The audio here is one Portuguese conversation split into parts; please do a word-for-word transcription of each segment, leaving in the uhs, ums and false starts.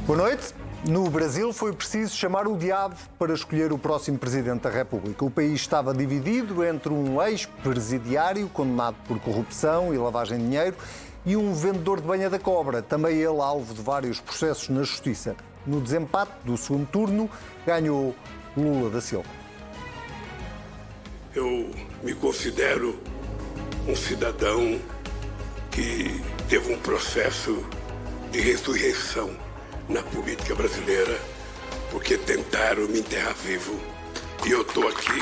Boa noite. No Brasil foi preciso chamar o diabo para escolher o próximo Presidente da República. O país estava dividido entre um ex-presidiário condenado por corrupção e lavagem de dinheiro e um vendedor de banha da cobra, também ele alvo de vários processos na Justiça. No desempate do segundo turno, ganhou Lula da Silva. Eu me considero um cidadão que teve um processo de ressurreição na política brasileira, porque tentaram me enterrar vivo e eu estou aqui.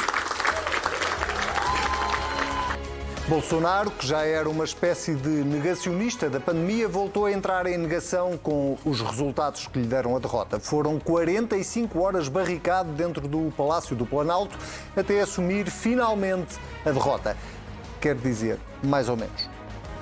Bolsonaro, que já era uma espécie de negacionista da pandemia, voltou a entrar em negação com os resultados que lhe deram a derrota. Foram quarenta e cinco horas barricado dentro do Palácio do Planalto até assumir finalmente a derrota. Quer dizer, mais ou menos.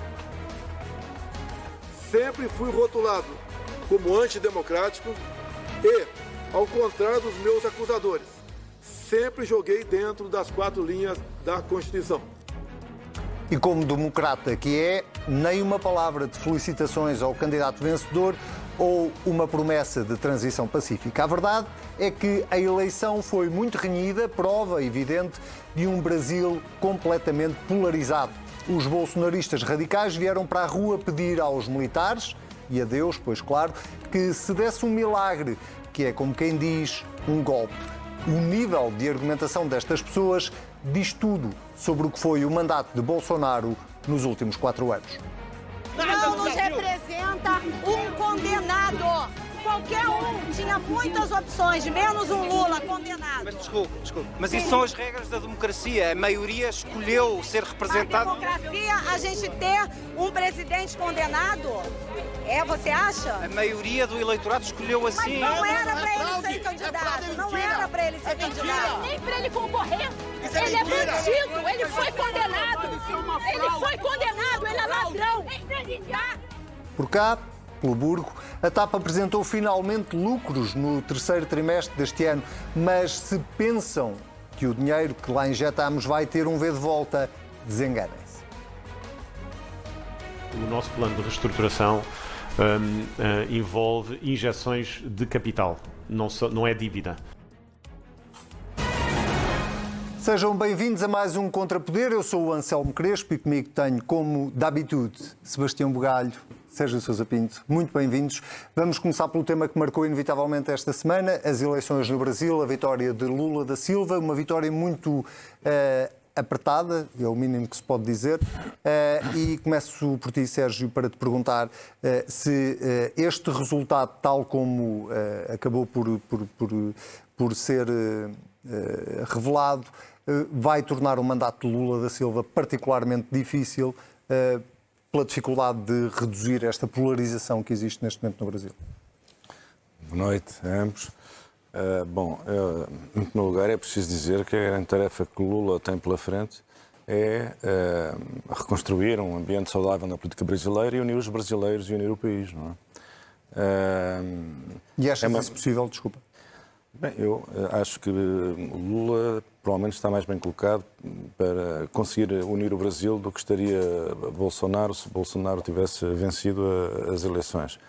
Sempre fui rotulado como antidemocrático e, ao contrário dos meus acusadores, sempre joguei dentro das quatro linhas da Constituição. E como democrata que é, nem uma palavra de felicitações ao candidato vencedor ou uma promessa de transição pacífica. A verdade é que a eleição foi muito renhida, prova evidente de um Brasil completamente polarizado. Os bolsonaristas radicais vieram para a rua pedir aos militares, e a Deus, pois claro, que se desse um milagre, que é, como quem diz, um golpe. O nível de argumentação destas pessoas diz tudo sobre o que foi o mandato de Bolsonaro nos últimos quatro anos. Não nos representa um condenado. Qualquer um tinha muitas opções, menos um Lula condenado. Mas desculpe, desculpe. Mas isso são as regras da democracia. A maioria escolheu ser representado. Na democracia, a gente ter um presidente condenado? É, você acha? A maioria do eleitorado escolheu assim. Mas não era para ele ser candidato. Não era para ele ser candidato. Nem para ele concorrer. Ele é bandido. Ele foi condenado. Ele foi condenado. Ele é ladrão. Por cá, pelo Burgo, a TAP apresentou finalmente lucros no terceiro trimestre deste ano, mas se pensam que o dinheiro que lá injetamos vai ter um V de volta, desenganem-se. O nosso plano de reestruturação um, uh, envolve injeções de capital, não, so, não é dívida. Sejam bem-vindos a mais um Contrapoder. Eu sou o Anselmo Crespo e comigo tenho, como d'habitude, Sebastião Bugalho, Sérgio Sousa Pinto. Muito bem-vindos. Vamos começar pelo tema que marcou inevitavelmente esta semana, as eleições no Brasil, a vitória de Lula da Silva, uma vitória muito uh, apertada, é o mínimo que se pode dizer. Uh, e começo por ti, Sérgio, para te perguntar uh, se uh, este resultado, tal como uh, acabou por, por, por, por ser uh, uh, revelado, vai tornar o mandato de Lula da Silva particularmente difícil uh, pela dificuldade de reduzir esta polarização que existe neste momento no Brasil. Boa noite a ambos. Uh, bom, uh, em primeiro lugar é preciso dizer que a grande tarefa que Lula tem pela frente é uh, reconstruir um ambiente saudável na política brasileira e unir os brasileiros e unir o país, não é? Uh, e achas é uma... isso possível? Desculpa. Bem, eu acho que o Lula provavelmente está mais bem colocado para conseguir unir o Brasil do que estaria Bolsonaro se Bolsonaro tivesse vencido as eleições.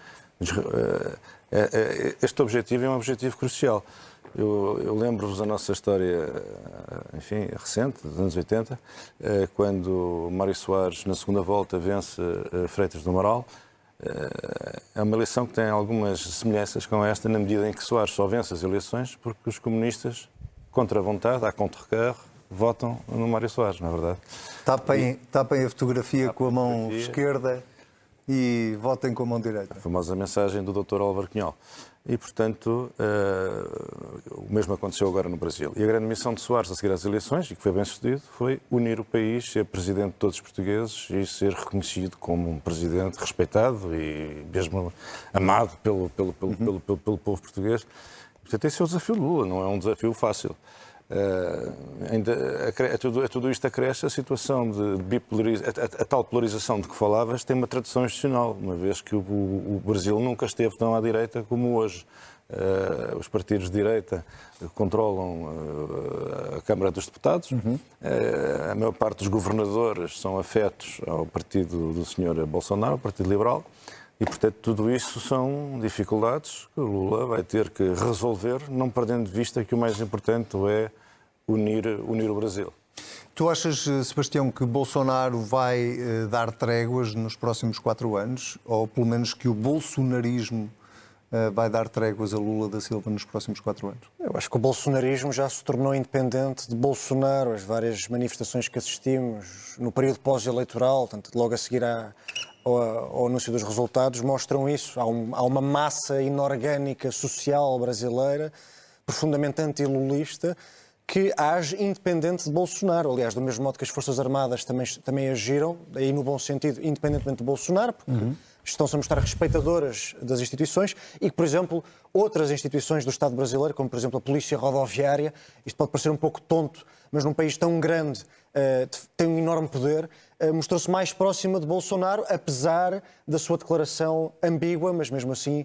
Este objetivo é um objetivo crucial. Eu, eu lembro-vos da nossa história, enfim, recente, dos anos oitenta, quando Mário Soares, na segunda volta, vence Freitas do Amaral. É uma eleição que tem algumas semelhanças com esta, na medida em que Soares só vence as eleições porque os comunistas, contra a vontade, à contra-recarro, votam no Mário Soares, não é verdade? Tapem, e... tapem a fotografia Tapem com a mão fotografia. esquerda e votem com a mão direita. A famosa mensagem do doutor Álvaro Cunhal. E, portanto, uh, o mesmo aconteceu agora no Brasil. E a grande missão de Soares a seguir às eleições, e que foi bem sucedido, foi unir o país, ser presidente de todos os portugueses e ser reconhecido como um presidente respeitado e mesmo amado pelo, pelo, pelo, uhum. pelo, pelo, pelo povo português. Portanto, esse é o desafio de Lula, não é um desafio fácil. Uh, ainda, a, a, tudo, a tudo isto acresce a situação de bipolarização, a, a, a tal polarização de que falavas tem uma tradução institucional, uma vez que o, o, o Brasil nunca esteve tão à direita como hoje. Uh, os partidos de direita controlam uh, a Câmara dos Deputados, uhum. uh, a maior parte dos governadores são afetos ao partido do senhor Bolsonaro, ao Partido Liberal. E, portanto, tudo isso são dificuldades que o Lula vai ter que resolver, não perdendo de vista que o mais importante é unir, unir o Brasil. Tu achas, Sebastião, que Bolsonaro vai eh, dar tréguas nos próximos quatro anos? Ou pelo menos que o bolsonarismo eh, vai dar tréguas a Lula da Silva nos próximos quatro anos? Eu acho que o bolsonarismo já se tornou independente de Bolsonaro. As várias manifestações que assistimos no período pós-eleitoral, tanto logo a seguir à, ao, ao anúncio dos resultados, mostram isso. Há, um, há uma massa inorgânica social brasileira, profundamente anti-lulista, que age independente de Bolsonaro. Aliás, do mesmo modo que as Forças Armadas também, também agiram, aí no bom sentido, independentemente de Bolsonaro, porque uhum. estão-se a mostrar respeitadoras das instituições e que, por exemplo, outras instituições do Estado brasileiro, como, por exemplo, a Polícia Rodoviária, isto pode parecer um pouco tonto, mas num país tão grande, uh, tem um enorme poder, uh, mostrou-se mais próxima de Bolsonaro, apesar da sua declaração ambígua, mas mesmo assim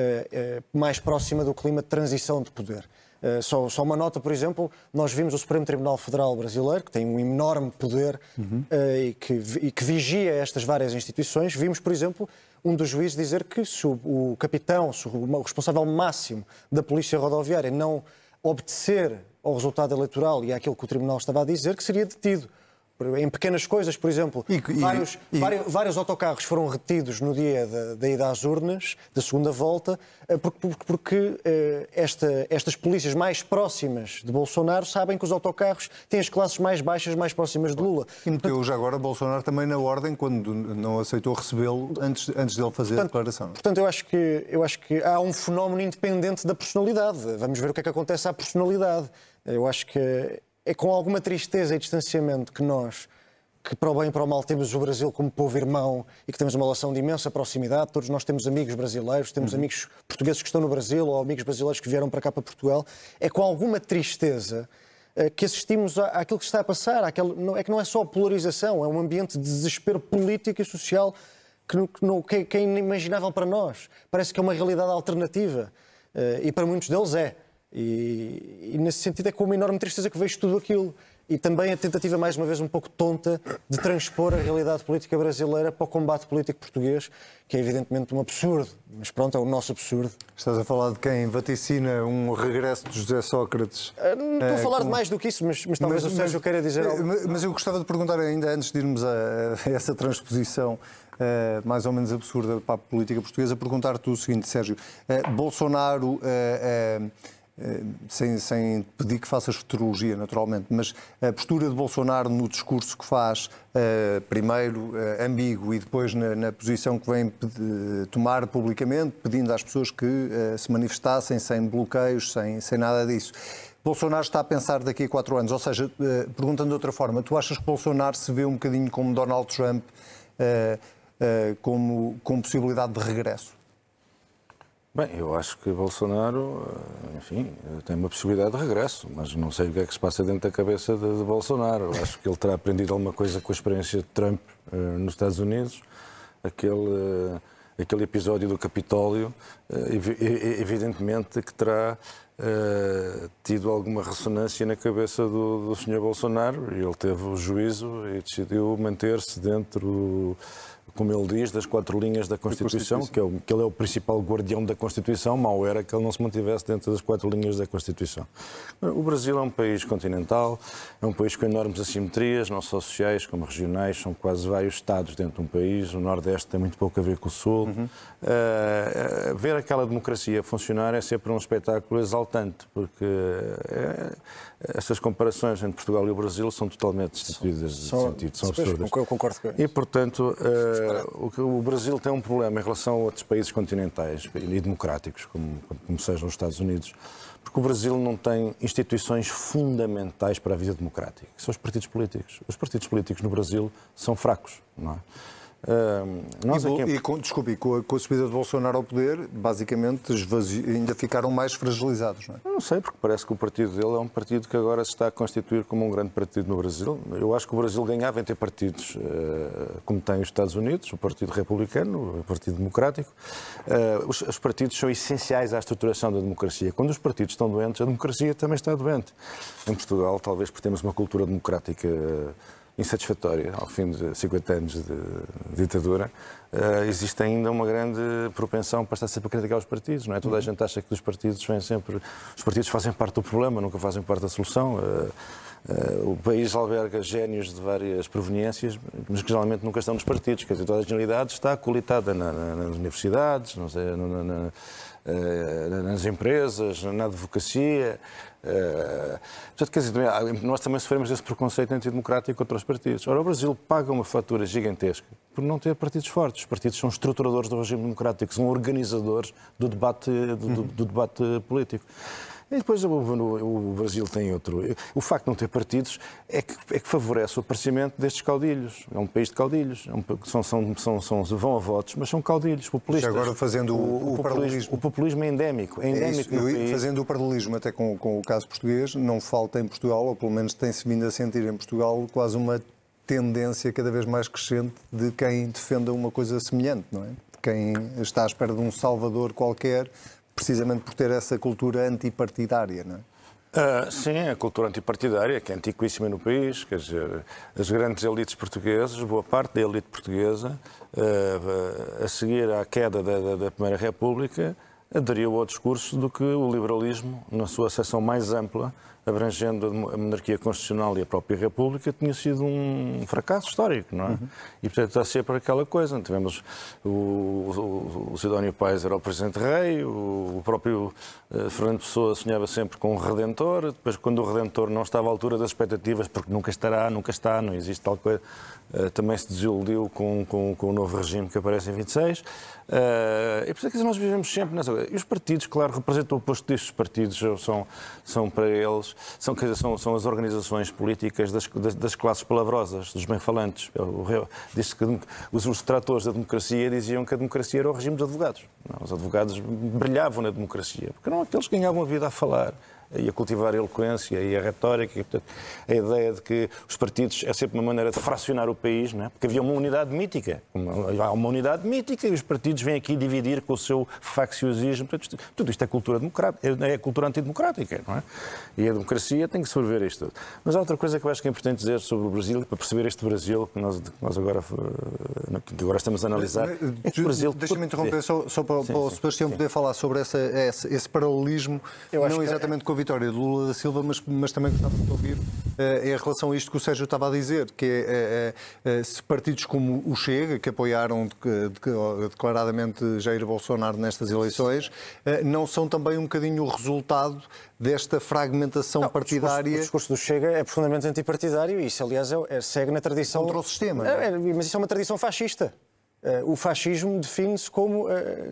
uh, uh, mais próxima do clima de transição de poder. Uh, só, só uma nota, por exemplo, nós vimos o Supremo Tribunal Federal Brasileiro, que tem um enorme poder uhum. uh, e, que, e que vigia estas várias instituições. Vimos, por exemplo, um dos juízes dizer que se o, o capitão, se o responsável máximo da Polícia Rodoviária não obedecer ao resultado eleitoral e àquilo que o Tribunal estava a dizer, que seria detido. Em pequenas coisas, por exemplo, e, e, vários, e... vários, vários autocarros foram retidos no dia da, da ida às urnas, da segunda volta, porque, porque, porque esta, estas polícias mais próximas de Bolsonaro sabem que os autocarros têm as classes mais baixas, mais próximas de Lula. E meteu já agora Bolsonaro também na ordem quando não aceitou recebê-lo antes, antes dele fazer portanto, a declaração. Portanto, eu acho, que, eu acho que há um fenómeno independente da personalidade. Vamos ver o que é que acontece à personalidade. Eu acho que é com alguma tristeza e distanciamento que nós, que para o bem e para o mal, temos o Brasil como povo irmão e que temos uma relação de imensa proximidade. Todos nós temos amigos brasileiros, temos uhum. amigos portugueses que estão no Brasil ou amigos brasileiros que vieram para cá, para Portugal. É com alguma tristeza uh, que assistimos à, àquilo que está a passar. Àquele, não, é que não é só polarização, é um ambiente de desespero político e social que, que, não, que, que é inimaginável para nós. Parece que é uma realidade alternativa uh, e para muitos deles é. E, e nesse sentido é com uma enorme tristeza que vejo tudo aquilo. E também a tentativa, mais uma vez, um pouco tonta de transpor a realidade política brasileira para o combate político português, que é evidentemente um absurdo. Mas pronto, é o nosso absurdo. Estás a falar de quem vaticina um regresso de José Sócrates? Não estou a falar com... de mais do que isso, mas, mas talvez mas, o Sérgio mas, queira dizer algo. Mas eu gostava de perguntar ainda, antes de irmos a, a essa transposição Uh, mais ou menos absurda para a política portuguesa, perguntar-te o seguinte, Sérgio. Uh, Bolsonaro, uh, uh, uh, sem, sem pedir que faças futurologia, naturalmente, mas a postura de Bolsonaro no discurso que faz, uh, primeiro uh, ambíguo e depois na, na posição que vem uh, tomar publicamente, pedindo às pessoas que uh, se manifestassem sem bloqueios, sem, sem nada disso. Bolsonaro está a pensar daqui a quatro anos, ou seja, uh, perguntando de outra forma, tu achas que Bolsonaro se vê um bocadinho como Donald Trump, uh, Uh, como, com possibilidade de regresso? Bem, eu acho que Bolsonaro, enfim, tem uma possibilidade de regresso, mas não sei o que é que se passa dentro da cabeça de, de Bolsonaro. Eu acho que ele terá aprendido alguma coisa com a experiência de Trump uh, nos Estados Unidos, aquele, uh, aquele episódio do Capitólio, uh, ev evidentemente que terá uh, tido alguma ressonância na cabeça do, do senhor Bolsonaro, e ele teve o juízo e decidiu manter-se dentro, como ele diz, das quatro linhas da Constituição, Constituição. Que, é o, que ele é o principal guardião da Constituição. Mal era que ele não se mantivesse dentro das quatro linhas da Constituição. O Brasil é um país continental, é um país com enormes assimetrias, não só sociais como regionais, são quase vários estados dentro de um país, o Nordeste tem muito pouco a ver com o Sul. Uhum. Uh, uh, ver aquela democracia funcionar é sempre um espetáculo exaltante, porque uh, essas comparações entre Portugal e o Brasil são totalmente destituídas de sentido, são absurdas. Eu concordo com isso. E, portanto, uh, o, o Brasil tem um problema em relação a outros países continentais e democráticos, como, como sejam os Estados Unidos, porque o Brasil não tem instituições fundamentais para a vida democrática, que são os partidos políticos. Os partidos políticos no Brasil são fracos, não é? Uh, nós e, aqui... e com, desculpe, com a, com a subida de Bolsonaro ao poder, basicamente esvazio, ainda ficaram mais fragilizados, não é? Eu não sei, porque parece que o partido dele é um partido que agora se está a constituir como um grande partido no Brasil. Eu acho que o Brasil ganhava em ter partidos uh, como tem os Estados Unidos, o Partido Republicano, o Partido Democrático. Uh, os, os partidos são essenciais à estruturação da democracia. Quando os partidos estão doentes, a democracia também está doente. Em Portugal, talvez porque temos uma cultura democrática uh, insatisfatória, ao fim de cinquenta anos de ditadura, uh, existe ainda uma grande propensão para estar sempre a criticar os partidos, não é? Toda a gente acha que os partidos vêm sempre... Os partidos fazem parte do problema, nunca fazem parte da solução. Uh, Uh, o país alberga génios de várias proveniências, mas que geralmente nunca estão nos partidos. Quer dizer, toda a genialidade está colitada na, na, nas universidades, não sei, na, na, uh, nas empresas, na advocacia. Uh, portanto, quer dizer, nós também sofremos desse preconceito antidemocrático contra os partidos. Ora, o Brasil paga uma fatura gigantesca por não ter partidos fortes. Os partidos são estruturadores do regime democrático, são organizadores do debate, do, do, do debate político. E depois o, o, o Brasil tem outro... O facto de não ter partidos é que, é que favorece o aparecimento destes caudilhos. É um país de caudilhos. É um, são, são, são, são, vão a votos, mas são caudilhos, populistas. Já agora fazendo o, o, o, populismo, paralelismo... o populismo é endémico. É endémico é no país. Fazendo o paralelismo até com, com o caso português, não falta em Portugal, ou pelo menos tem-se vindo a sentir em Portugal, quase uma tendência cada vez mais crescente de quem defenda uma coisa semelhante, não é? De quem está à espera de um salvador qualquer, precisamente por ter essa cultura antipartidária, não é? Uh, sim, a cultura antipartidária, que é antiquíssima no país, quer dizer, as grandes elites portuguesas, boa parte da elite portuguesa, uh, a seguir à queda da, da, da Primeira República, aderiu ao discurso do que o liberalismo, na sua seção mais ampla, abrangendo a monarquia constitucional e a própria República, tinha sido um fracasso histórico, não é? Uhum. E, portanto, está sempre aquela coisa. Tivemos o, o, o Sidónio Pais era o Presidente-Rei, o, o próprio uh, Fernando Pessoa sonhava sempre com um Redentor, depois, quando o Redentor não estava à altura das expectativas, porque nunca estará, nunca está, não existe tal coisa, uh, também se desiludiu com, com, com o novo regime que aparece em vinte e seis. Uh, e, portanto, nós vivemos sempre nessa coisa. E os partidos, claro, representam o oposto disto. Os partidos são, são para eles, são, quer dizer, são, são as organizações políticas das, das, das classes palavrosas, dos bem-falantes. Disse que os, os detratores da democracia diziam que a democracia era o regime dos advogados. Não, os advogados brilhavam na democracia, porque eram aqueles que ganhavam a vida a falar e a cultivar a eloquência e a retórica, e, portanto, a ideia de que os partidos é sempre uma maneira de fracionar o país, não é? Porque havia uma unidade mítica, uma, há uma unidade mítica e os partidos vêm aqui dividir com o seu facciosismo. Portanto, tudo isto é cultura democrática, é cultura antidemocrática, não é? E a democracia tem que sobreviver a isto tudo. Mas há outra coisa que eu acho que é importante dizer sobre o Brasil, para perceber este Brasil que nós, que nós agora, que agora estamos a analisar. Brasil... Deixa-me interromper só, só para, sim, para o Sebastião sim, poder sim. falar sobre essa, esse, esse paralelismo, eu não exatamente é... com a vitória de Lula da Silva, mas, mas também gostava de ouvir uh, em relação a isto que o Sérgio estava a dizer, que é uh, uh, se partidos como o Chega, que apoiaram de, de, de, declaradamente Jair Bolsonaro nestas eleições, uh, não são também um bocadinho o resultado desta fragmentação não, partidária? O discurso, o discurso do Chega é profundamente antipartidário e isso, aliás, é, é, segue na tradição... Contra o sistema. É, é, mas isso é uma tradição fascista. O fascismo define-se como...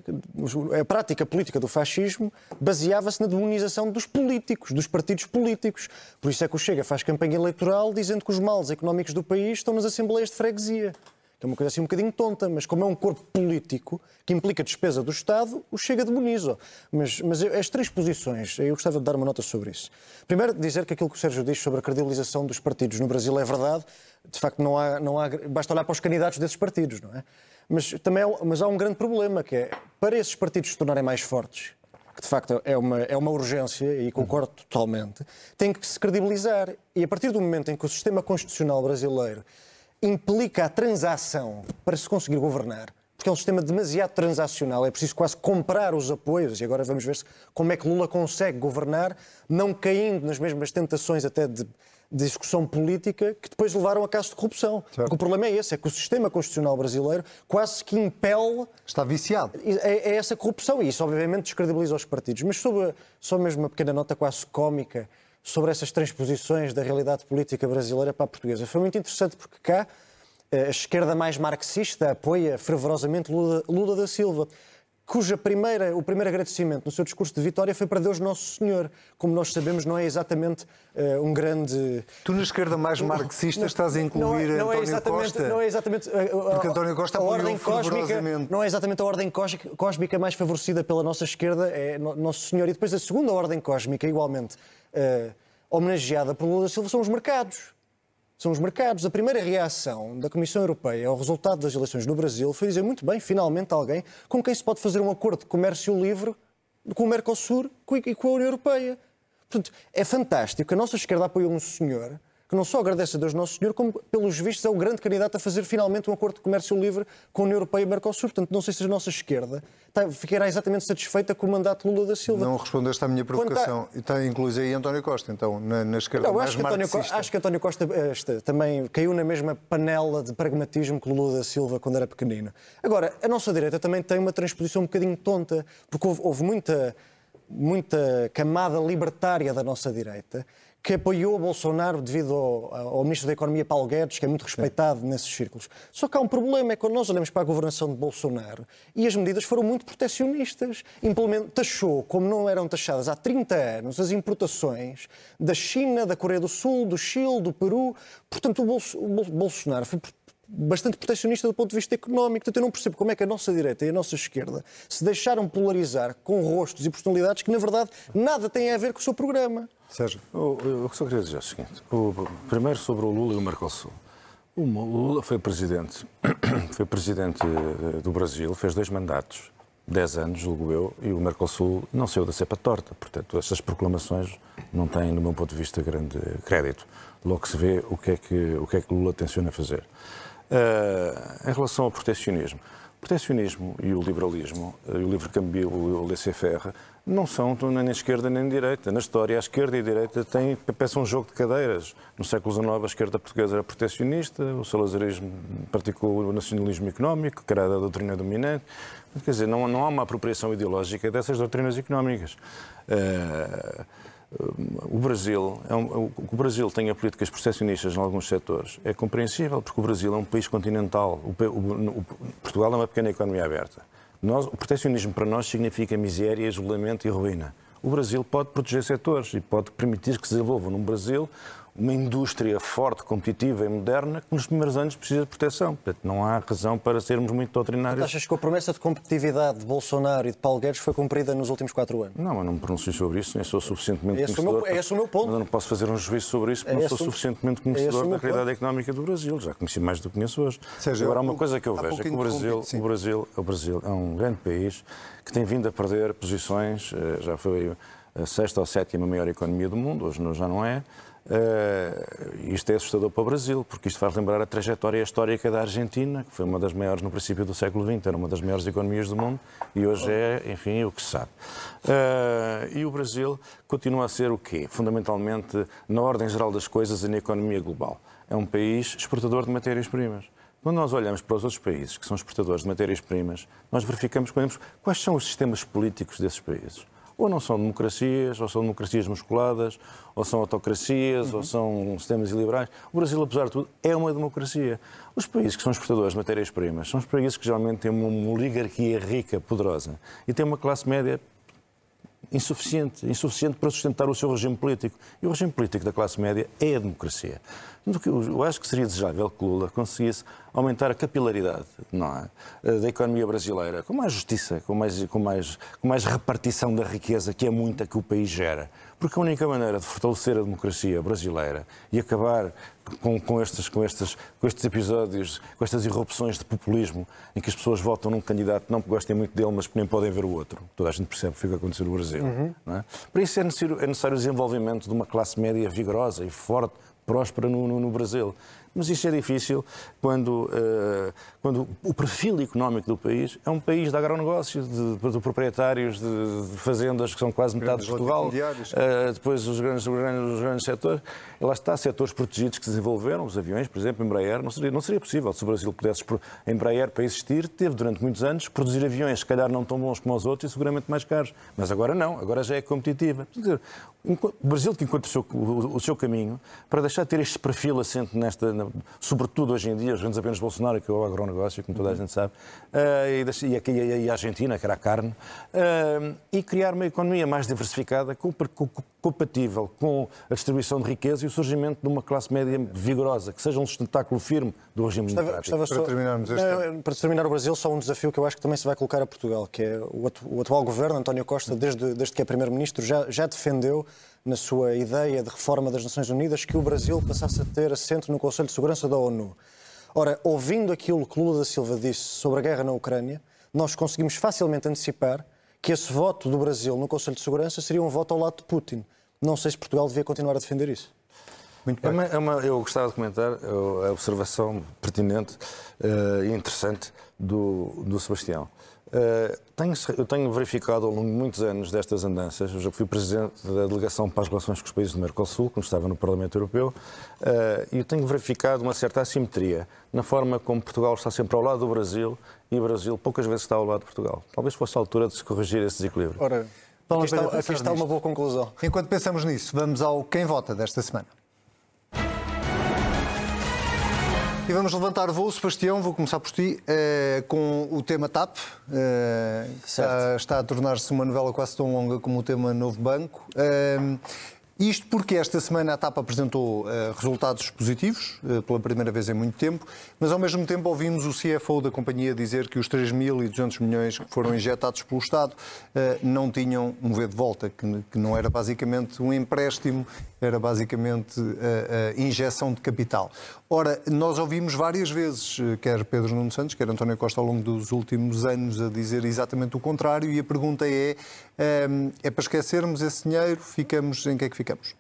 A prática política do fascismo baseava-se na demonização dos políticos, dos partidos políticos. Por isso é que o Chega faz campanha eleitoral dizendo que os males económicos do país estão nas assembleias de freguesia. Que é uma coisa assim um bocadinho tonta, mas como é um corpo político que implica despesa do Estado, o Chega demoniza. Mas, mas as três posições, eu gostava de dar uma nota sobre isso. Primeiro, dizer que aquilo que o Sérgio diz sobre a credibilização dos partidos no Brasil é verdade. De facto, não há, não há, basta olhar para os candidatos desses partidos, não é? Mas, também há, mas há um grande problema, que é, para esses partidos se tornarem mais fortes, que de facto é uma, é uma urgência, e concordo totalmente, tem que se credibilizar. E a partir do momento em que o sistema constitucional brasileiro implica a transação para se conseguir governar, porque é um sistema demasiado transacional, é preciso quase comprar os apoios, e agora vamos ver como é que Lula consegue governar, não caindo nas mesmas tentações até de... de discussão política que depois levaram a casos de corrupção. Porque o problema é esse, é que o sistema constitucional brasileiro quase que impele... Está viciado. É, é essa corrupção e isso obviamente descredibiliza os partidos. Mas sobre, só mesmo uma pequena nota quase cómica sobre essas transposições da realidade política brasileira para a portuguesa. Foi muito interessante porque cá a esquerda mais marxista apoia fervorosamente Lula, Lula da Silva, cuja primeira, o primeiro agradecimento no seu discurso de vitória foi para Deus Nosso Senhor. Como nós sabemos, não é exatamente uh, um grande... Tu na esquerda mais marxista não, estás a incluir não é, não é António Costa? Não é exatamente... Uh, Porque António Costa apoiou fervorosamente. Não é exatamente a ordem cósmica mais favorecida pela nossa esquerda, é Nosso Senhor. E depois a segunda ordem cósmica, igualmente uh, homenageada por Lula da Silva, são os mercados. São os mercados. A primeira reação da Comissão Europeia ao resultado das eleições no Brasil foi dizer, muito bem, finalmente alguém com quem se pode fazer um acordo de comércio livre com o Mercosul e com a União Europeia. Portanto, é fantástico que a nossa esquerda apoiou um senhor que não só agradece a Deus Nosso Senhor, como, pelos vistos, é o grande candidato a fazer finalmente um acordo de comércio livre com a União Europeia e Mercosul. Portanto, não sei se a nossa esquerda está, ficará exatamente satisfeita com o mandato de Lula da Silva. Não respondeste à minha provocação. E está incluído aí António Costa, então, na, na esquerda não, mais acho que, António Costa, acho que António Costa esta, também caiu na mesma panela de pragmatismo que Lula da Silva quando era pequenino. Agora, a nossa direita também tem uma transposição um bocadinho tonta, porque houve, houve muita, muita camada libertária da nossa direita que apoiou Bolsonaro devido ao, ao Ministro da Economia, Paulo Guedes, que é muito respeitado nesses círculos. Só que há um problema, é quando nós olhamos para a governação de Bolsonaro e as medidas foram muito proteccionistas. Taxou, como não eram taxadas há trinta anos, as importações da China, da Coreia do Sul, do Chile, do Peru. Portanto, o, Bolso, o Bolsonaro foi bastante proteccionista do ponto de vista económico. Portanto, eu não percebo como é que a nossa direita e a nossa esquerda se deixaram polarizar com rostos e personalidades que, na verdade, nada têm a ver com o seu programa. Sérgio. Eu só queria dizer o seguinte. O, primeiro sobre o Lula e o Mercosul. O Lula foi presidente, foi presidente do Brasil, fez dois mandatos, dez anos, julgo eu, e o Mercosul não saiu da cepa torta. Portanto, essas proclamações não têm, do meu ponto de vista, grande crédito. Logo se vê o que é que, o que, é que Lula tenciona fazer. Uh, em relação ao proteccionismo, o proteccionismo e o liberalismo, uh, o livre câmbio, o laissez-faire, não são nem esquerda nem direita. Na história, a esquerda e a direita têm, peçam um jogo de cadeiras. No século dezenove, a esquerda portuguesa era proteccionista, o salazarismo praticou o nacionalismo económico, que era a doutrina dominante. Quer dizer, não, não há uma apropriação ideológica dessas doutrinas económicas. Uh, O Brasil, é um, o Brasil tenha políticas proteccionistas em alguns setores é compreensível, porque o Brasil é um país continental. O, o, o, Portugal é uma pequena economia aberta. Nós, o proteccionismo para nós significa miséria, isolamento e ruína. O Brasil pode proteger setores e pode permitir que se desenvolva no Brasil uma indústria forte, competitiva e moderna que nos primeiros anos precisa de proteção. Portanto, não há razão para sermos muito doutrinários. Achas que a promessa de competitividade de Bolsonaro e de Paulo Guedes foi cumprida nos últimos quatro anos? Não, eu não me pronuncio sobre isso, nem sou suficientemente esse conhecedor. É esse o meu ponto. Mas eu não posso fazer um juízo sobre isso, porque é não sou suficientemente conhecedor é da realidade económica do Brasil. Já conheci mais do que conheço hoje. Seja, Agora, há uma coisa que eu vejo, é que o Brasil, o, Brasil, o Brasil é um grande país que tem vindo a perder posições, já foi a sexta ou sétima maior economia do mundo, hoje já não é. Uh, isto é assustador para o Brasil, porque isto faz lembrar a trajetória histórica da Argentina, que foi uma das maiores no princípio do século vinte, era uma das maiores economias do mundo e hoje é, enfim, o que se sabe. Uh, e o Brasil continua a ser o quê? Fundamentalmente, na ordem geral das coisas e na economia global. É um país exportador de matérias-primas. Quando nós olhamos para os outros países que são exportadores de matérias-primas, nós verificamos quais são os sistemas políticos desses países. Ou não são democracias, ou são democracias musculadas, ou são autocracias, uhum. ou são sistemas iliberais. O Brasil, apesar de tudo, é uma democracia. Os países que são exportadores de matérias-primas são os países que geralmente têm uma oligarquia rica, poderosa, e têm uma classe média insuficiente, insuficiente para sustentar o seu regime político. E o regime político da classe média é a democracia. Eu acho que seria desejável que Lula conseguisse aumentar a capilaridade, não é, da economia brasileira, com mais justiça, com mais, com, mais, com mais repartição da riqueza, que é muita que o país gera. Porque a única maneira de fortalecer a democracia brasileira e acabar com, com, estes, com, estes, com estes episódios, com estas irrupções de populismo, em que as pessoas votam num candidato não porque gostem muito dele, mas porque nem podem ver o outro. Toda a gente percebe o que fica a acontecer no Brasil. Uhum. Não é? Para isso é necessário, é necessário o desenvolvimento de uma classe média vigorosa e forte, próspera no, no, no Brasil. Mas isso é difícil quando, uh, quando o perfil económico do país é um país de agronegócio, de, de proprietários de, de fazendas que são quase metade de Portugal, uh, depois os grandes, os, grandes, os grandes setores. E lá está, setores protegidos que se desenvolveram, os aviões, por exemplo, Embraer, não seria, não seria possível se o Brasil pudesse, a Embraer, para existir, teve durante muitos anos produzir aviões, se calhar não tão bons como os outros e seguramente mais caros. Mas agora não, agora já é competitiva. Quer dizer, o Brasil que encontra o seu, o, o seu caminho para deixar de ter este perfil assente nesta, na, sobretudo hoje em dia, os grandes apenas Bolsonaro, que é o agronegócio, como toda a gente sabe, uh, e, aqui, e a Argentina, que era a carne, uh, e criar uma economia mais diversificada, compatível com a distribuição de riqueza e o surgimento de uma classe média vigorosa, que seja um sustentáculo firme do regime democrático. Para só, terminarmos este não, para terminar o Brasil, só um desafio que eu acho que também se vai colocar a Portugal, que é o, atu, o atual governo, António Costa, desde, desde que é primeiro-ministro, já, já defendeu na sua ideia de reforma das Nações Unidas que o Brasil passasse a ter assento no Conselho de Segurança da ONU. Ora, ouvindo aquilo que Lula da Silva disse sobre a guerra na Ucrânia, nós conseguimos facilmente antecipar que esse voto do Brasil no Conselho de Segurança seria um voto ao lado de Putin. Não sei se Portugal devia continuar a defender isso. Muito bem. É uma, é uma, eu gostava de comentar a observação pertinente uh, e interessante do, do Sebastião. Uh, tenho, eu tenho verificado ao longo de muitos anos destas andanças, eu já fui presidente da delegação para as relações com os países do Mercosul, quando estava no Parlamento Europeu, uh, e eu tenho verificado uma certa assimetria na forma como Portugal está sempre ao lado do Brasil e o Brasil poucas vezes está ao lado de Portugal. Talvez fosse a altura de se corrigir esse desequilíbrio. Ora, aqui está, aqui está uma boa conclusão. Enquanto pensamos nisso, vamos ao Quem Vota desta semana. E vamos levantar voo, Sebastião, vou começar por ti, eh, com o tema TAP, eh, que está, está a tornar-se uma novela quase tão longa como o tema Novo Banco. Eh, isto porque esta semana a TAP apresentou eh, resultados positivos, eh, pela primeira vez em muito tempo, mas ao mesmo tempo ouvimos o C F O da companhia dizer que os três mil e duzentos milhões que foram injetados pelo Estado eh, não tinham um V de volta, que, que não era basicamente um empréstimo, era basicamente a, a injeção de capital. Ora, nós ouvimos várias vezes, quer Pedro Nuno Santos, quer António Costa, ao longo dos últimos anos, a dizer exatamente o contrário, e a pergunta é, é para esquecermos esse dinheiro, ficamos em que é que ficamos?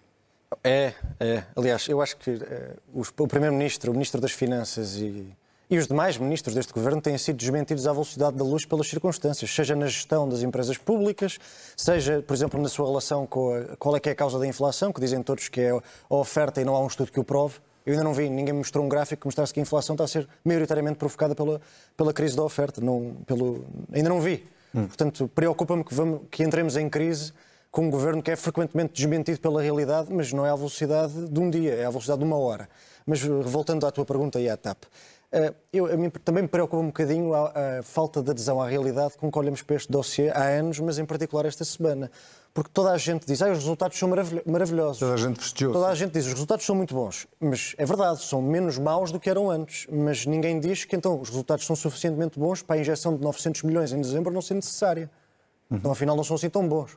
É, é. Aliás, eu acho que é, o Primeiro-Ministro, o Ministro das Finanças e, e os demais ministros deste Governo têm sido desmentidos à velocidade da luz pelas circunstâncias, seja na gestão das empresas públicas, seja, por exemplo, na sua relação com a, qual é que é a causa da inflação, que dizem todos que é a oferta e não há um estudo que o prove. Eu ainda não vi, ninguém me mostrou um gráfico que mostrasse que a inflação está a ser maioritariamente provocada pela, pela crise da oferta. Não, pelo, ainda não vi. Hum. Portanto, preocupa-me que, vamos, que entremos em crise com um governo que é frequentemente desmentido pela realidade, mas não é à velocidade de um dia, é à velocidade de uma hora. Mas voltando à tua pergunta e à TAP, eu, a mim também me preocupa um bocadinho a, a falta de adesão à realidade com que olhamos para este dossiê há anos, mas em particular esta semana. Porque toda a gente diz, ah, os resultados são maravilhosos. Toda a gente festejou. Toda a gente diz, os resultados são muito bons. Mas é verdade, são menos maus do que eram antes. Mas ninguém diz que então os resultados são suficientemente bons para a injeção de novecentos milhões em dezembro não ser necessária. Uhum. Então, afinal, não são assim tão bons.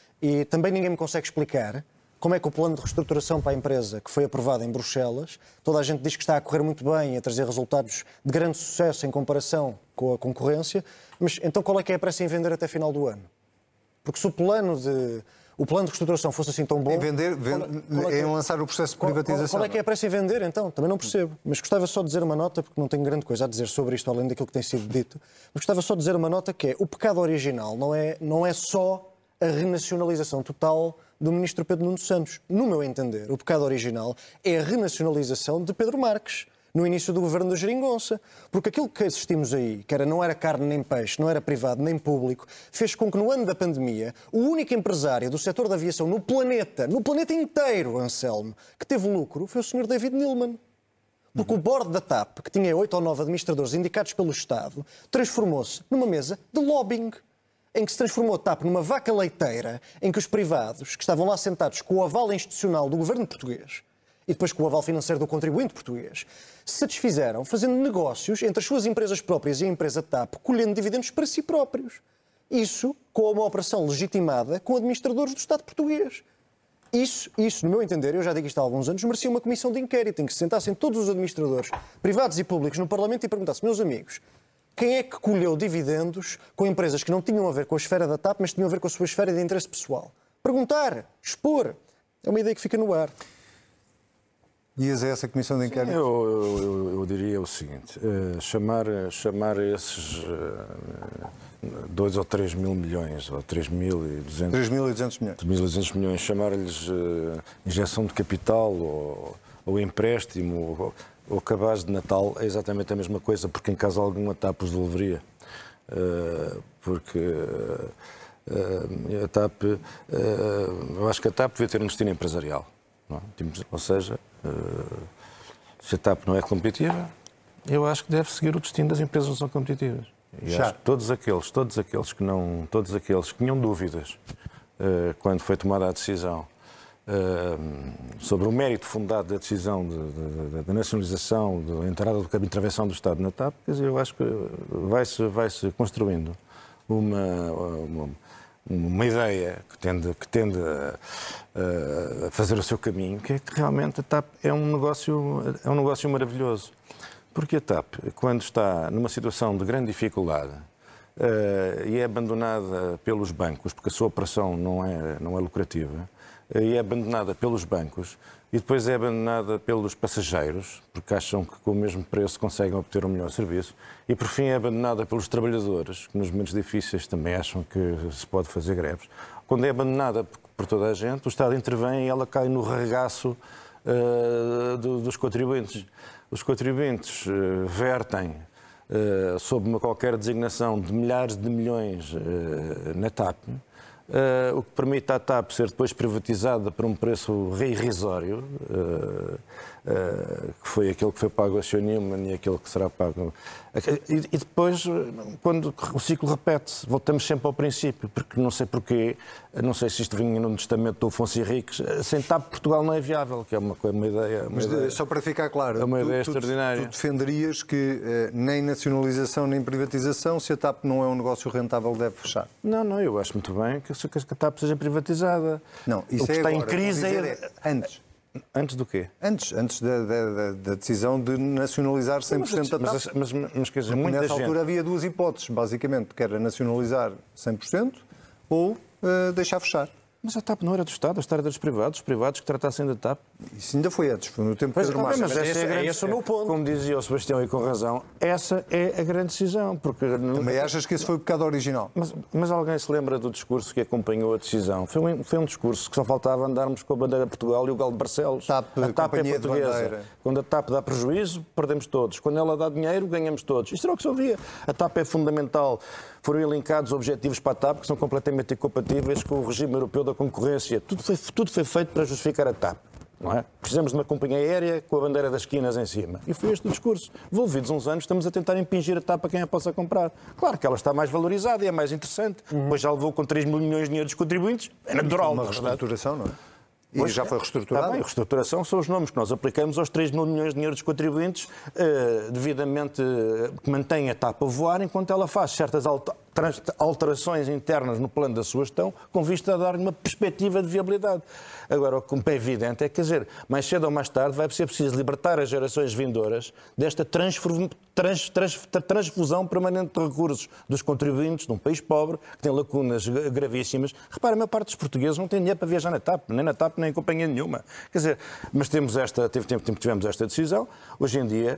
E também ninguém me consegue explicar como é que o plano de reestruturação para a empresa, que foi aprovado em Bruxelas, toda a gente diz que está a correr muito bem e a trazer resultados de grande sucesso em comparação com a concorrência, mas então qual é que é a pressa em vender até final do ano? Porque se o plano de, o plano de reestruturação fosse assim tão bom... Em vender, qual, qual é é em lançar o processo de privatização. Qual, qual é que é a pressa em vender, então? Também não percebo. Mas gostava só de dizer uma nota, porque não tenho grande coisa a dizer sobre isto, além daquilo que tem sido dito, mas gostava só de dizer uma nota que é, o pecado original não é, não é só a renacionalização total do ministro Pedro Nuno Santos. No meu entender, o pecado original é a renacionalização de Pedro Marques, no início do governo da Geringonça. Porque aquilo que assistimos aí, que era, não era carne nem peixe, não era privado nem público, fez com que no ano da pandemia, o único empresário do setor da aviação no planeta, no planeta inteiro, Anselmo, que teve lucro, foi o senhor David Neeleman. Porque o board da TAP, que tinha oito ou nove administradores indicados pelo Estado, transformou-se numa mesa de lobbying, em que se transformou a TAP numa vaca leiteira, em que os privados, que estavam lá sentados com o aval institucional do governo português e depois com o aval financeiro do contribuinte português, se satisfizeram fazendo negócios entre as suas empresas próprias e a empresa TAP, colhendo dividendos para si próprios. Isso com uma operação legitimada com administradores do Estado português. Isso, isso, no meu entender, eu já digo isto há alguns anos, merecia uma comissão de inquérito em que se sentassem todos os administradores, privados e públicos, no Parlamento e perguntassem, meus amigos, quem é que colheu dividendos com empresas que não tinham a ver com a esfera da TAP, mas tinham a ver com a sua esfera de interesse pessoal? Perguntar, expor, é uma ideia que fica no ar. Dias a essa comissão de inquérito? Sim, eu, eu, eu diria o seguinte, uh, chamar, chamar esses uh, dois ou três mil milhões, ou três mil e duzentos... três mil e duzentos milhões. três mil e duzentos milhões, chamar-lhes uh, injeção de capital ou, ou empréstimo... Ou, o cabaz de Natal é exatamente a mesma coisa, porque em caso algum a TAP os devolveria. Uh, porque uh, uh, a TAP, uh, eu acho que a TAP devia ter um destino empresarial. Não é? Ou seja, uh, se a TAP não é competitiva, eu acho que deve seguir o destino das empresas que não são competitivas. E acho que todos aqueles, todos aqueles que não, todos aqueles que tinham dúvidas uh, quando foi tomada a decisão Uh, sobre o mérito fundado da decisão de, de, de, de nacionalização, da entrada do cabo de intervenção do Estado na TAP, quer dizer, eu acho que vai-se vai-se construindo uma, uma, uma ideia que tende, que tende a, a fazer o seu caminho, que é que realmente a TAP é um negócio, é um negócio maravilhoso. Porque a TAP, quando está numa situação de grande dificuldade uh, e é abandonada pelos bancos, porque a sua operação não é, não é lucrativa, e é abandonada pelos bancos, e depois é abandonada pelos passageiros, porque acham que com o mesmo preço conseguem obter um melhor serviço, e por fim é abandonada pelos trabalhadores, que nos momentos difíceis também acham que se pode fazer greves. Quando é abandonada por toda a gente, o Estado intervém e ela cai no regaço uh, do, dos contribuintes. Os contribuintes uh, vertem uh, sob uma qualquer designação de milhares de milhões uh, na TAP, Uh, o que permite à TAP ser depois privatizada por um preço irrisório, uh, uh, que foi aquele que foi pago a Sr. Newman e aquele que será pago... E, e depois, quando o ciclo repete-se, voltamos sempre ao princípio, porque não sei porquê, não sei se isto vinha no testamento do Afonso Henriques, sem TAP Portugal não é viável, que é uma, uma ideia... Uma Mas ideia, só para ficar claro, é uma tu, ideia tu, extraordinária. Tu defenderias que uh, nem nacionalização nem privatização, se a TAP não é um negócio rentável, deve fechar? Não, não, eu acho muito bem que que a TAP seja privatizada. Não, isso o que é está agora, em crise é... é antes. Antes do quê? Antes, antes da, da, da decisão de nacionalizar cem por cento da TAP. Mas, mas, mas, mas quer dizer, muita nessa gente... altura havia duas hipóteses, basicamente, que era nacionalizar cem por cento ou uh, deixar fechar. Mas a TAP não era do Estado, a Estado era dos privados, os privados que tratassem da TAP. Isso ainda foi antes, foi no tempo de Pedro Mas, Marques. mas esse é, grande, esse é o meu ponto. Como dizia o Sebastião, e com razão, essa é a grande decisão. Porque Também achas que esse foi o pecado original? Mas, mas alguém se lembra do discurso que acompanhou a decisão? Foi um, foi um discurso que só faltava andarmos com a bandeira de Portugal e o galo de Barcelos. TAP, a TAP é portuguesa. Quando a TAP dá prejuízo, perdemos todos. Quando ela dá dinheiro, ganhamos todos. Isto era o que se ouvia. A TAP é fundamental. Foram elencados objetivos para a TAP que são completamente incompatíveis com o regime europeu da concorrência. Tudo foi, tudo foi feito para justificar a TAP. Não é? Precisamos de uma companhia aérea com a bandeira das esquinas em cima. E foi este o discurso. Envolvidos uns anos, estamos a tentar impingir a TAP a quem a possa comprar. Claro que ela está mais valorizada e é mais interessante. Uhum. Pois já levou com três mil milhões de dinheiro dos contribuintes. É natural. Uma reestruturação, não é? E pois já é. foi reestruturado? Está bem, reestruturação são os nomes que nós aplicamos aos três mil milhões de dinheiro dos contribuintes, eh, devidamente eh, que mantém a TAP a voar, enquanto ela faz certas alterações internas no plano da sua gestão, com vista a dar uma perspectiva de viabilidade. Agora, o que é evidente é que, quer dizer, mais cedo ou mais tarde vai ser preciso libertar as gerações vindouras desta transform, trans, trans, transfusão permanente de recursos dos contribuintes de um país pobre, que tem lacunas gravíssimas. Repara, a maior parte dos portugueses não tem dinheiro para viajar na TAP, nem na TAP, nem em companhia nenhuma. Quer dizer, mas temos esta, tivemos esta decisão. Hoje em dia,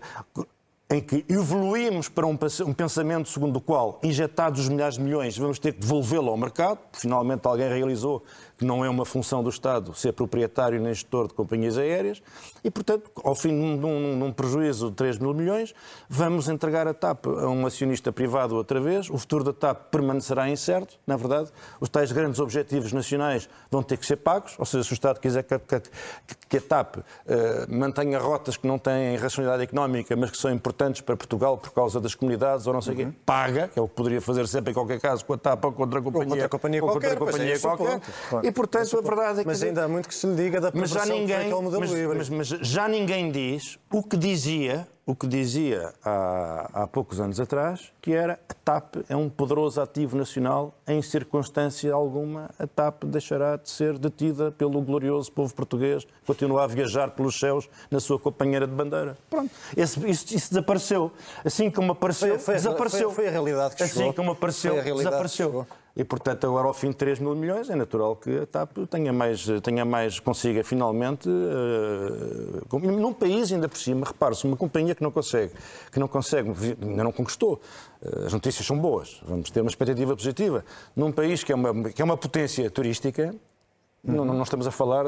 em que evoluímos para um pensamento segundo o qual, injetados os milhares de milhões, vamos ter que devolvê-lo ao mercado. Finalmente alguém realizou que não é uma função do Estado ser proprietário nem gestor de companhias aéreas e, portanto, ao fim de um, de um prejuízo de três mil milhões, vamos entregar a TAP a um acionista privado outra vez. O futuro da TAP permanecerá incerto, na verdade. Os tais grandes objetivos nacionais vão ter que ser pagos, ou seja, se o Estado quiser que, que, que a TAP uh, mantenha rotas que não têm racionalidade económica, mas que são importantes para Portugal por causa das comunidades ou não sei o uhum. quê, paga, que é o que poderia fazer sempre em qualquer caso com a TAP ou contra a companhia, ou contra a companhia ou qualquer. Contra a companhia é qualquer. E, portanto, a verdade é que... Mas ainda há muito que se lhe diga da perversão mas já ninguém, que foi aquele modelo mas, híbrido. Mas, mas já ninguém diz o que dizia, o que dizia há, há poucos anos atrás, que era a TAP é um poderoso ativo nacional, em circunstância alguma a TAP deixará de ser detida pelo glorioso povo português, continua a viajar pelos céus na sua companheira de bandeira. Pronto, Esse, isso, isso desapareceu. Assim como apareceu, foi, foi, desapareceu. Foi, foi a realidade que chegou. Assim como apareceu, desapareceu. E, portanto, agora ao fim de três mil milhões, é natural que a TAP tenha mais, tenha mais consiga finalmente, uh, num país ainda por cima, repare-se, uma companhia que não consegue, que não consegue, ainda não conquistou, uh, as notícias são boas, vamos ter uma expectativa positiva, num país que é uma, que é uma potência turística. Não, não estamos a falar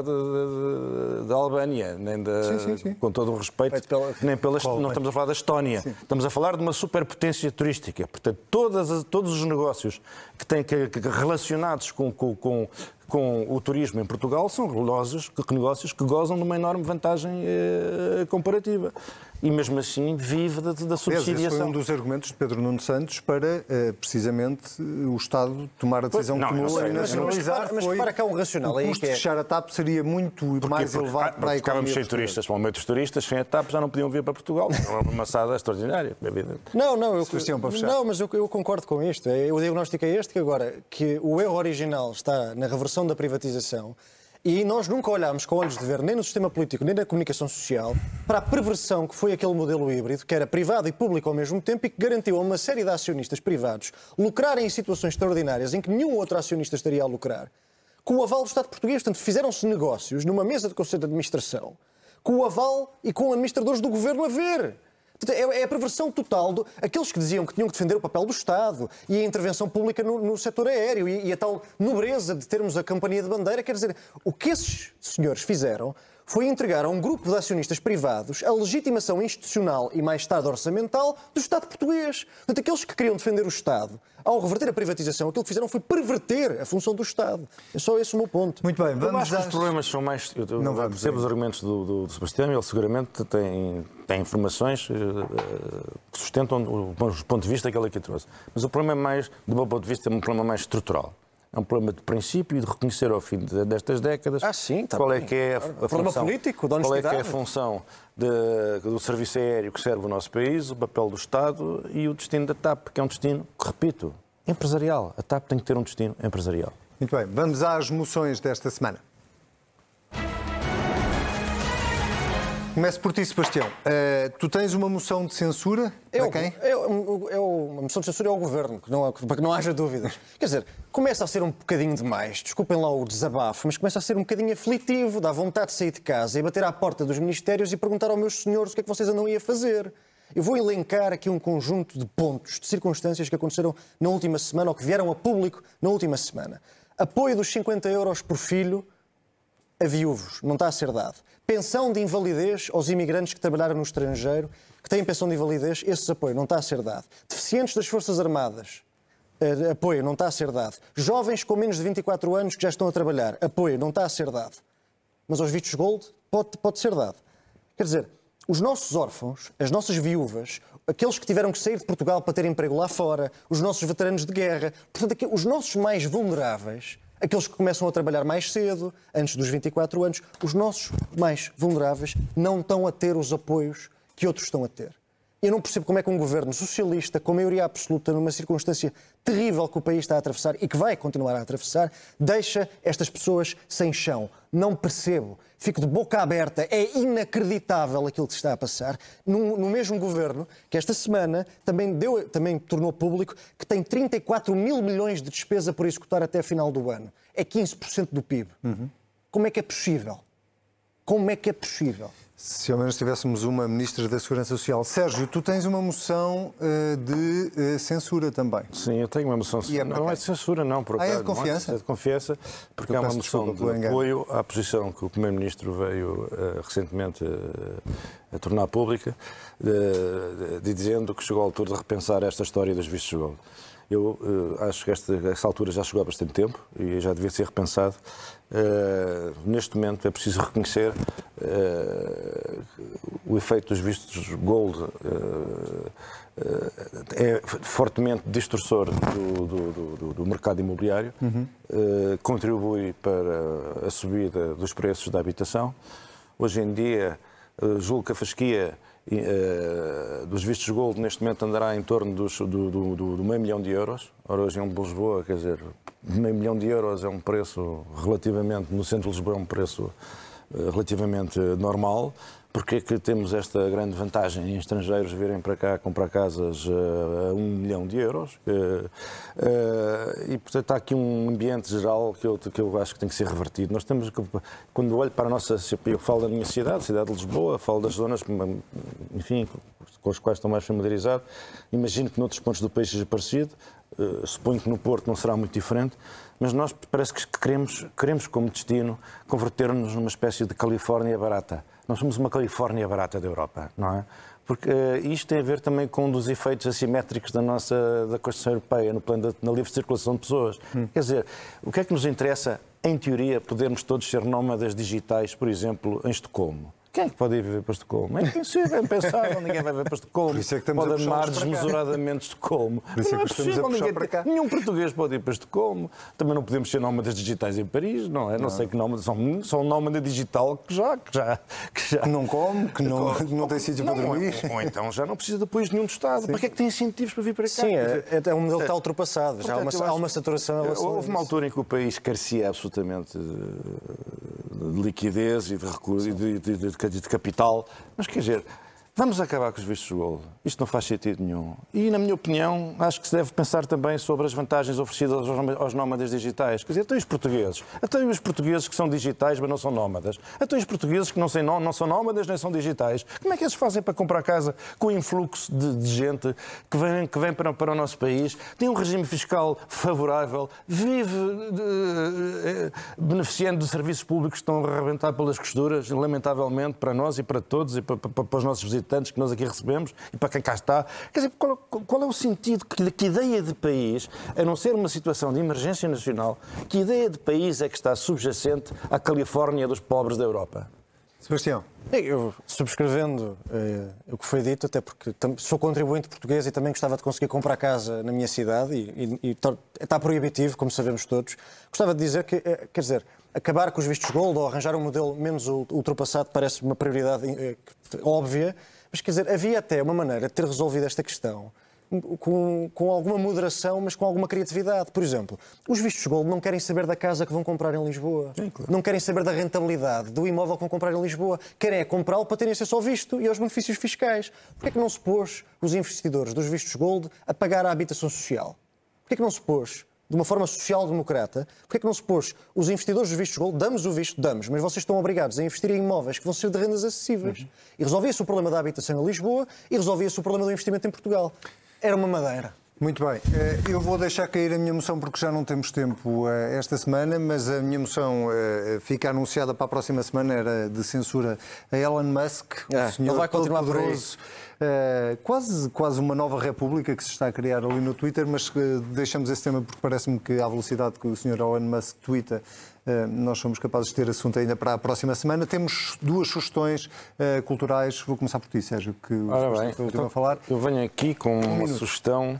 da Albânia, nem da, sim, sim, sim. com todo o respeito, pela... nem pela, não estamos a falar da Estónia. Sim. Estamos a falar de uma superpotência turística. Portanto, todas as, todos os negócios que têm que, que relacionados com, com, com, com o turismo em Portugal são negócios, negócios que gozam de uma enorme vantagem eh, comparativa. E mesmo assim vive da, da subsidiação. Esse foi um dos argumentos de Pedro Nuno Santos para, eh, precisamente, o Estado tomar a decisão não, que tomou e nacionalizar. Mas repara que há um racional o aí custo que é... de fechar a TAP seria muito Porquê? mais porque, elevado porque, para a economia. Ficávamos sem turistas, provavelmente os turistas sem a TAP já não podiam vir para Portugal. É uma maçada extraordinária, é evidente. Não, não, eu, Sebastião, para fechar. não mas eu, eu concordo com isto. O diagnóstico é este, que agora, que o erro original está na reversão da privatização. E nós nunca olhámos com olhos de ver, nem no sistema político, nem na comunicação social, para a perversão que foi aquele modelo híbrido, que era privado e público ao mesmo tempo e que garantiu a uma série de acionistas privados lucrarem em situações extraordinárias em que nenhum outro acionista estaria a lucrar, com o aval do Estado português. Portanto, fizeram-se negócios numa mesa de Conselho de Administração com o aval e com administradores do governo a ver. É a perversão total de aqueles que diziam que tinham que defender o papel do Estado e a intervenção pública no, no setor aéreo e, e a tal nobreza de termos a companhia de bandeira. Quer dizer, o que esses senhores fizeram foi entregar a um grupo de acionistas privados a legitimação institucional e mais tarde orçamental do Estado português. Portanto, aqueles que queriam defender o Estado, ao reverter a privatização, aquilo que fizeram foi perverter a função do Estado. É só esse o meu ponto. Muito bem, vamos eu acho às... que os problemas são mais... Eu, eu não vamos percebo os argumentos do, do, do Sebastião, ele seguramente tem, tem informações uh, que sustentam o, o ponto de vista que ele aqui trouxe. Mas o problema é mais, do meu ponto de vista, é um problema mais estrutural. É um problema de princípio e de reconhecer ao fim de, destas décadas ah, sim, tá qual bem. é que é a, a problema função, político, da qual é que é a honestidade. função de, do serviço aéreo que serve o nosso país, o papel do Estado e o destino da TAP, que é um destino, que, repito, empresarial. A TAP tem que ter um destino empresarial. Muito bem, vamos às moções desta semana. Começo por ti, Sebastião. Uh, tu tens uma moção de censura é para o, quem? É, o, é o, uma moção de censura ao Governo, que não, para que não haja dúvidas. Quer dizer, começa a ser um bocadinho demais, desculpem lá o desabafo, mas começa a ser um bocadinho aflitivo, dá vontade de sair de casa e bater à porta dos ministérios e perguntar aos meus senhores o que é que vocês andam aí a fazer. Eu vou elencar aqui um conjunto de pontos, de circunstâncias que aconteceram na última semana ou que vieram a público na última semana. Apoio dos cinquenta euros por filho a viúvos, não está a ser dado. Pensão de invalidez aos imigrantes que trabalharam no estrangeiro, que têm pensão de invalidez, esse apoio não está a ser dado. Deficientes das Forças Armadas, eh, apoio não está a ser dado. Jovens com menos de vinte e quatro anos que já estão a trabalhar, apoio não está a ser dado. Mas aos vistos gold pode, pode ser dado. Quer dizer, os nossos órfãos, as nossas viúvas, aqueles que tiveram que sair de Portugal para ter emprego lá fora, os nossos veteranos de guerra, portanto, aqui, os nossos mais vulneráveis, aqueles que começam a trabalhar mais cedo, antes dos vinte e quatro anos, os nossos mais vulneráveis não estão a ter os apoios que outros estão a ter. Eu não percebo como é que um governo socialista, com maioria absoluta, numa circunstância terrível que o país está a atravessar e que vai continuar a atravessar, deixa estas pessoas sem chão. Não percebo. Fico de boca aberta. É inacreditável aquilo que se está a passar. No, no mesmo governo, que esta semana também, deu, também tornou público que tem trinta e quatro mil milhões de despesa por executar até a final do ano. É quinze por cento do P I B. Uhum. Como é que é possível? Como é que é possível? Se ao menos tivéssemos uma Ministra da Segurança Social. Sérgio, tu tens uma moção uh, de uh, censura também. Sim, eu tenho uma moção de censura. É não é de censura, não, por acaso. Ah, é de Não confiança? é de confiança, porque é uma moção de apoio à posição que o Primeiro-Ministro veio uh, recentemente uh, a tornar pública, uh, de, dizendo que chegou à altura de repensar esta história dos vistos de gold. Eu uh, acho que esta, esta altura já chegou há bastante tempo e já devia ser repensado. Uh, neste momento é preciso reconhecer uh, o efeito dos vistos gold uh, uh, é fortemente distorcor do, do, do, do mercado imobiliário, uhum. uh, contribui para a subida dos preços da habitação. Hoje em dia, uh, julgo que a fasquia Uh, dos vistos gold neste momento andará em torno dos, do, do, do, do meio milhão de euros. Ora, hoje em Lisboa, quer dizer, meio milhão de euros é um preço relativamente, no centro de Lisboa é um preço uh, relativamente normal. Porque é que temos esta grande vantagem em estrangeiros virem para cá comprar casas uh, a um milhão de euros? Uh, uh, e, portanto, há aqui um ambiente geral que eu, que eu acho que tem que ser revertido. Nós temos, quando olho para a nossa... Eu falo da minha cidade, a cidade de Lisboa, falo das zonas, enfim, com as quais estou mais familiarizado. Imagino que noutros pontos do país seja parecido. Uh, suponho que no Porto não será muito diferente. Mas nós parece que queremos, queremos como destino, converter-nos numa espécie de Califórnia barata. Nós somos uma Califórnia barata da Europa, não é? Porque uh, isto tem a ver também com um dos efeitos assimétricos da nossa da Constituição Europeia, no plano da na livre circulação de pessoas. Hum. Quer dizer, o que é que nos interessa, em teoria, podermos todos ser nómadas digitais, por exemplo, em Estocolmo? Quem é que pode ir viver para Estocolmo? É impossível, é impensável, ninguém vai viver para Estocolmo. Por isso é que estamos pode a amar desmesuradamente Estocolmo. Por isso é que não é estamos possível, a puxar ninguém, para cá. Nenhum português pode ir para Estocolmo. Também não podemos ser nómadas digitais em Paris, não é? Não, não sei que nómadas, são, são nómada digital que já, que já, que já... Que não come, que não, que não tem sítio para dormir. Ou, ou então já não precisa de apoio nenhum do Estado. Sim. Para que é que tem incentivos para vir para cá? Sim, é, é um modelo que está ultrapassado. Já há uma, há uma saturação. Houve uma altura em que o país carecia absolutamente de liquidez e de recursos e de, de, de, de capital. Mas quer dizer, Vamos acabar com os vistos gold. Isto não faz sentido nenhum. E, na minha opinião, acho que se deve pensar também sobre as vantagens oferecidas aos nómadas digitais. Quer dizer, até os portugueses. Até os portugueses que são digitais, mas não são nómadas. Até os portugueses que não, sei, não, não são nómadas, nem são digitais. Como é que eles fazem para comprar casa com o influxo de, de gente que vem, que vem para, para o nosso país, tem um regime fiscal favorável, vive de, eh, beneficiando de serviços públicos que estão a arrebentar pelas costuras, lamentavelmente, para nós e para todos, e para, para, para os nossos visitantes que nós aqui recebemos e para quem cá está. Quer dizer, qual, qual é o sentido, que, que ideia de país, a não ser uma situação de emergência nacional, que ideia de país é que está subjacente à Califórnia dos pobres da Europa? Sebastião. Eu, subscrevendo eh, o que foi dito, até porque sou contribuinte português e também gostava de conseguir comprar casa na minha cidade e, e, e está proibitivo, como sabemos todos. Gostava de dizer que, eh, quer dizer, acabar com os vistos gold ou arranjar um modelo menos ultrapassado parece uma prioridade eh, óbvia, mas quer dizer, havia até uma maneira de ter resolvido esta questão com, com alguma moderação, mas com alguma criatividade. Por exemplo, os vistos gold não querem saber da casa que vão comprar em Lisboa. Sim, claro. Não querem saber da rentabilidade do imóvel que vão comprar em Lisboa. Querem é comprá-lo para terem acesso ao visto e aos benefícios fiscais. Porquê é que não se pôs os investidores dos vistos gold a pagar a habitação social? Porquê é que não se pôs de uma forma social-democrata? Porquê é que não se pôs os investidores dos vistos gold? Damos o visto, damos, mas vocês estão obrigados a investir em imóveis que vão ser de rendas acessíveis. Uhum. E resolvia-se o problema da habitação em Lisboa e resolvia-se o problema do investimento em Portugal. Era uma madeira. Muito bem. Eu vou deixar cair a minha moção porque já não temos tempo esta semana, mas a minha moção fica anunciada para a próxima semana, era de censura a Elon Musk, é, o senhor ele vai continuar poderoso. Uh, quase, quase uma nova república que se está a criar ali no Twitter, mas uh, deixamos esse tema porque parece-me que à velocidade que o senhor Elon Musk twitta, uh, nós somos capazes de ter assunto ainda para a próxima semana. Temos duas sugestões uh, culturais. Vou começar por ti, Sérgio, que o Ora bem, último então, a falar. Eu venho aqui com um uma minuto. sugestão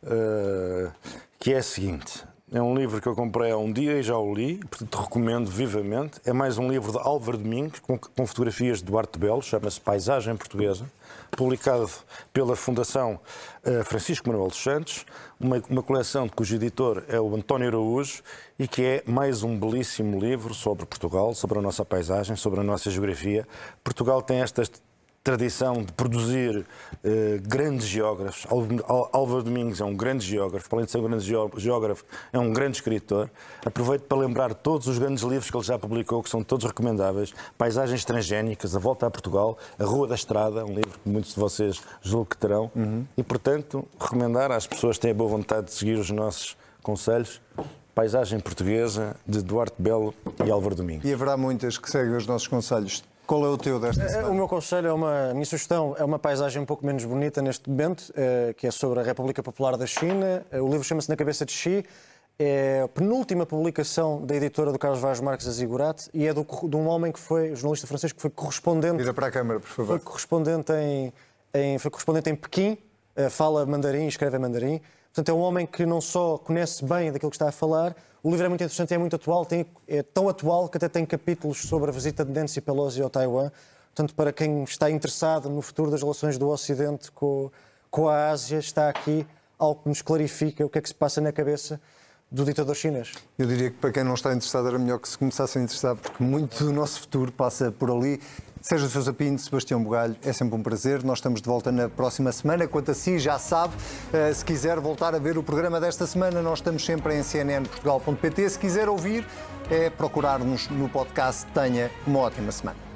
uh, que é a seguinte. É um livro que eu comprei há um dia e já o li, portanto recomendo vivamente. É mais um livro de Álvaro Domingos, com, com fotografias de Duarte Belo, chama-se Paisagem Portuguesa, publicado pela Fundação uh, Francisco Manuel dos Santos, uma, uma coleção de cujo editor é o António Araújo, e que é mais um belíssimo livro sobre Portugal, sobre a nossa paisagem, sobre a nossa geografia. Portugal tem estas tradição de produzir eh, grandes geógrafos. Álvaro Domingos é um grande geógrafo, além de ser um grande geógrafo, é um grande escritor. Aproveito para lembrar todos os grandes livros que ele já publicou, que são todos recomendáveis. Paisagens Transgénicas, A Volta a Portugal, A Rua da Estrada, um livro que muitos de vocês julgo que terão. Uhum. E, portanto, recomendar às pessoas que têm a boa vontade de seguir os nossos conselhos, Paisagem Portuguesa, de Duarte Belo e Álvaro Domingos. E haverá muitas que seguem os nossos conselhos. Qual é o teu desta semana? O meu conselho é uma, a minha sugestão é uma paisagem um pouco menos bonita neste momento, que é sobre a República Popular da China. O livro chama-se Na Cabeça de Xi. É a penúltima publicação da editora do Carlos Vaz Marques Azigurat e é do, de um homem que foi, jornalista francês, que foi correspondente... Vira para a câmara, por favor. Foi correspondente em, em, foi correspondente em Pequim, fala mandarim, escreve em mandarim. Portanto, é um homem que não só conhece bem daquilo que está a falar, o livro é muito interessante e é muito atual, tem, é tão atual que até tem capítulos sobre a visita de Nancy Pelosi ao Taiwan. Portanto, para quem está interessado no futuro das relações do Ocidente com, com a Ásia, está aqui algo que nos clarifica o que é que se passa na cabeça do ditador chinês. Eu diria que para quem não está interessado era melhor que se começasse a interessar, porque muito do nosso futuro passa por ali. Sérgio Sousa Pinto, Sebastião Bugalho, é sempre um prazer. Nós estamos de volta na próxima semana. Quanto a si, já sabe, se quiser voltar a ver o programa desta semana, nós estamos sempre em c n n portugal ponto p t. Se quiser ouvir, é procurar-nos no podcast. Tenha uma ótima semana.